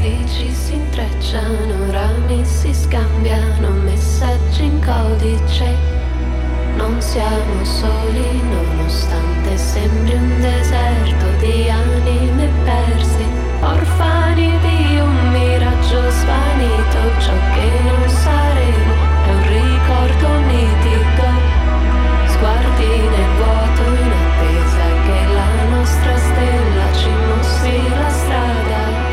vortici si intrecciano, rami si scambiano, messaggi in codice. Non siamo soli nonostante sembri un deserto di anime perse, orfani di un miraggio svanito. Ciò che non saremo è un ricordo nitido, sguardi nel vuoto in attesa che la nostra stella ci mostri la strada.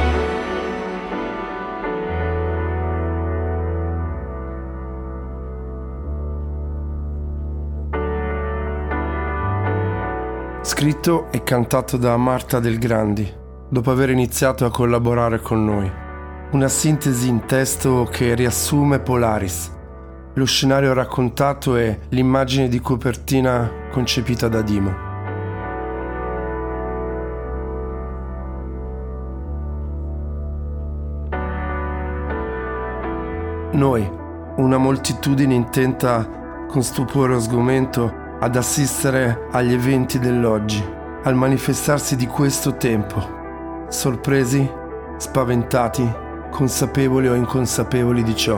Scritto e cantato da Marta Del Grandi, dopo aver iniziato a collaborare con noi. Una sintesi in testo che riassume Polaris, lo scenario raccontato e l'immagine di copertina concepita da Dimo. Noi, una moltitudine intenta con stupore o sgomento ad assistere agli eventi dell'oggi, al manifestarsi di questo tempo, sorpresi, spaventati, consapevoli o inconsapevoli di ciò.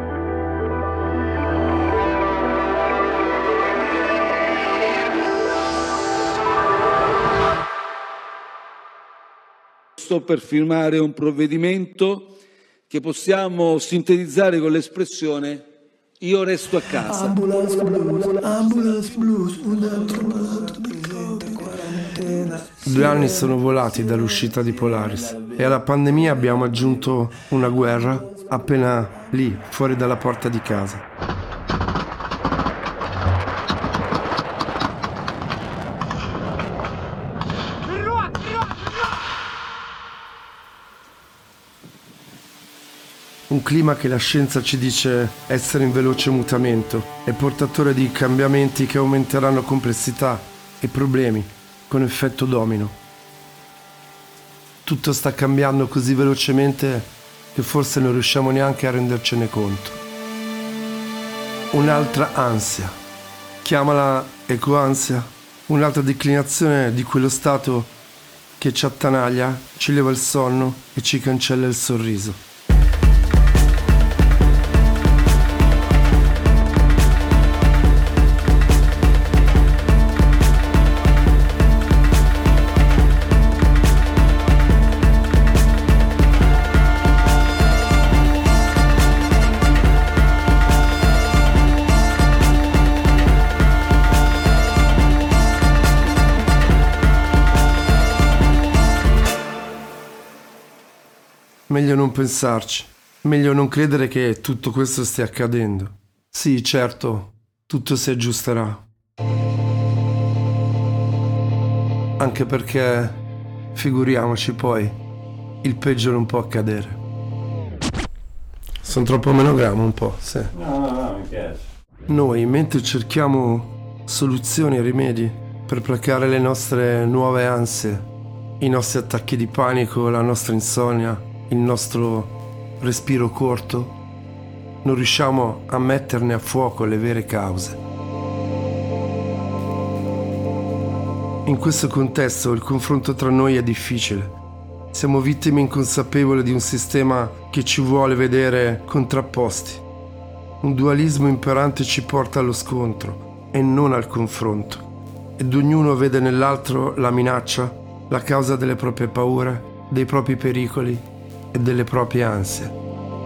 Sto per firmare un provvedimento che possiamo sintetizzare con l'espressione "io resto a casa". Ambulance blues, un altro malato presente, quarantena. 2 anni sono volati dall'uscita di Polaris e alla pandemia abbiamo aggiunto una guerra appena lì, fuori dalla porta di casa. Un clima che la scienza ci dice essere in veloce mutamento e portatore di cambiamenti che aumenteranno complessità e problemi con effetto domino. Tutto sta cambiando così velocemente che forse non riusciamo neanche a rendercene conto. Un'altra ansia, chiamala ecoansia, un'altra declinazione di quello stato che ci attanaglia, ci leva il sonno e ci cancella il sorriso. Meglio non pensarci, meglio non credere che tutto questo stia accadendo. Sì, certo, tutto si aggiusterà. Anche perché, figuriamoci poi, il peggio non può accadere. Sono troppo monogrammo un po', sì. No, mi piace. Noi, mentre cerchiamo soluzioni e rimedi per placare le nostre nuove ansie, i nostri attacchi di panico, la nostra insonnia, il nostro respiro corto, non riusciamo a metterne a fuoco le vere cause. In questo contesto il confronto tra noi è difficile. Siamo vittime inconsapevoli di un sistema che ci vuole vedere contrapposti. Un dualismo imperante ci porta allo scontro e non al confronto. Ed ognuno vede nell'altro la minaccia, la causa delle proprie paure, dei propri pericoli e delle proprie ansie.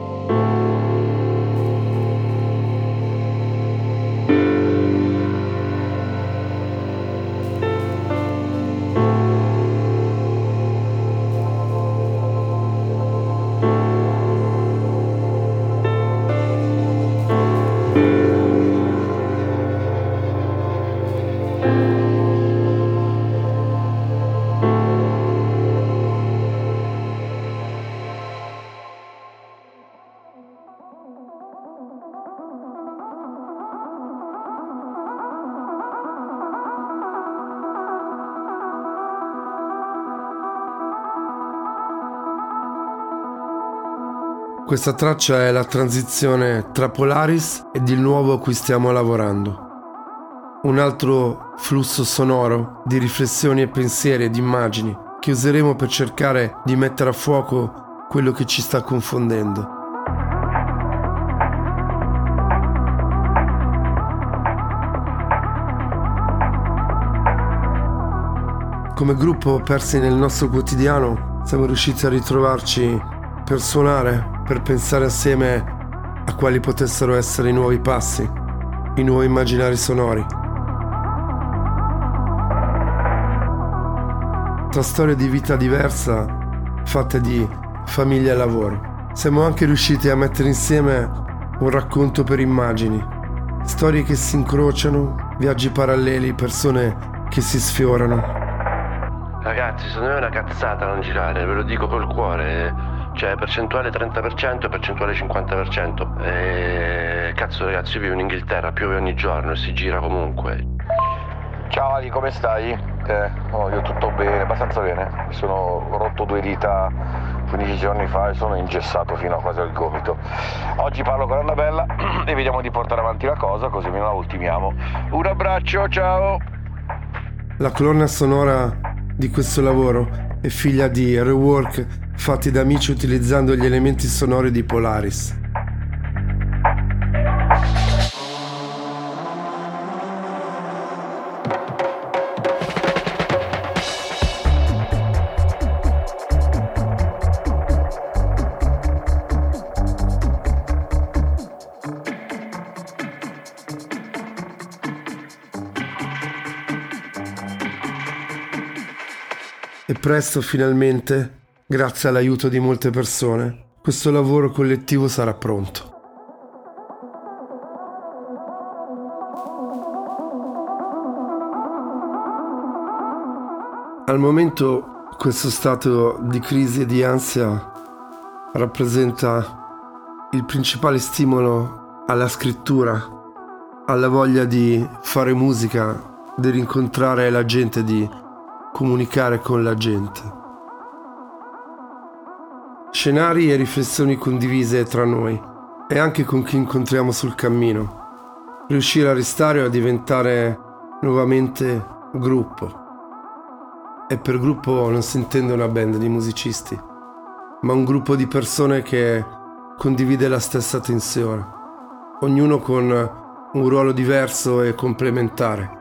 Questa traccia è la transizione tra Polaris ed il nuovo a cui stiamo lavorando. Un altro flusso sonoro di riflessioni e pensieri ed immagini che useremo per cercare di mettere a fuoco quello che ci sta confondendo. Come gruppo persi nel nostro quotidiano, siamo riusciti a ritrovarci per suonare, per pensare assieme a quali potessero essere i nuovi passi, i nuovi immaginari sonori. Tra storie di vita diversa, fatte di famiglia e lavoro, siamo anche riusciti a mettere insieme un racconto per immagini, storie che si incrociano, viaggi paralleli, persone che si sfiorano. Ragazzi, secondo me è una cazzata non girare, ve lo dico col cuore. Cioè, percentuale 30% e percentuale 50%. Cazzo ragazzi, io vivo in Inghilterra, piove ogni giorno e si gira comunque. Ciao Ali, come stai? Io tutto bene, abbastanza bene. Mi sono rotto 2 dita 15 giorni fa e sono ingessato fino a quasi al gomito. Oggi parlo con Annabella e vediamo di portare avanti la cosa, così non la ultimiamo. Un abbraccio, ciao! La colonna sonora di questo lavoro è figlia di rework fatti da amici utilizzando gli elementi sonori di Polaris. E presto, finalmente, grazie all'aiuto di molte persone, questo lavoro collettivo sarà pronto. Al momento questo stato di crisi e di ansia rappresenta il principale stimolo alla scrittura, alla voglia di fare musica, di rincontrare la gente, di comunicare con la gente. Scenari e riflessioni condivise tra noi e anche con chi incontriamo sul cammino. Riuscire a restare o a diventare nuovamente gruppo. E per gruppo non si intende una band di musicisti, ma un gruppo di persone che condivide la stessa tensione, ognuno con un ruolo diverso e complementare.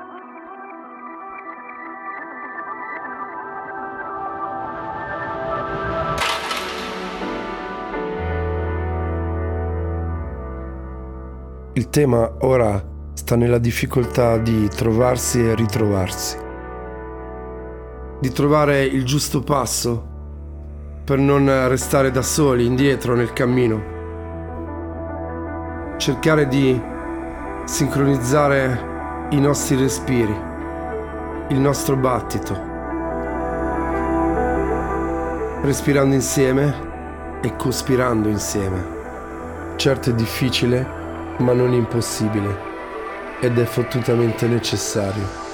Il tema ora sta nella difficoltà di trovarsi e ritrovarsi, di trovare il giusto passo per non restare da soli, indietro nel cammino, cercare di sincronizzare i nostri respiri, il nostro battito, respirando insieme e cospirando insieme. Certo è difficile, ma non impossibile, ed è fottutamente necessario.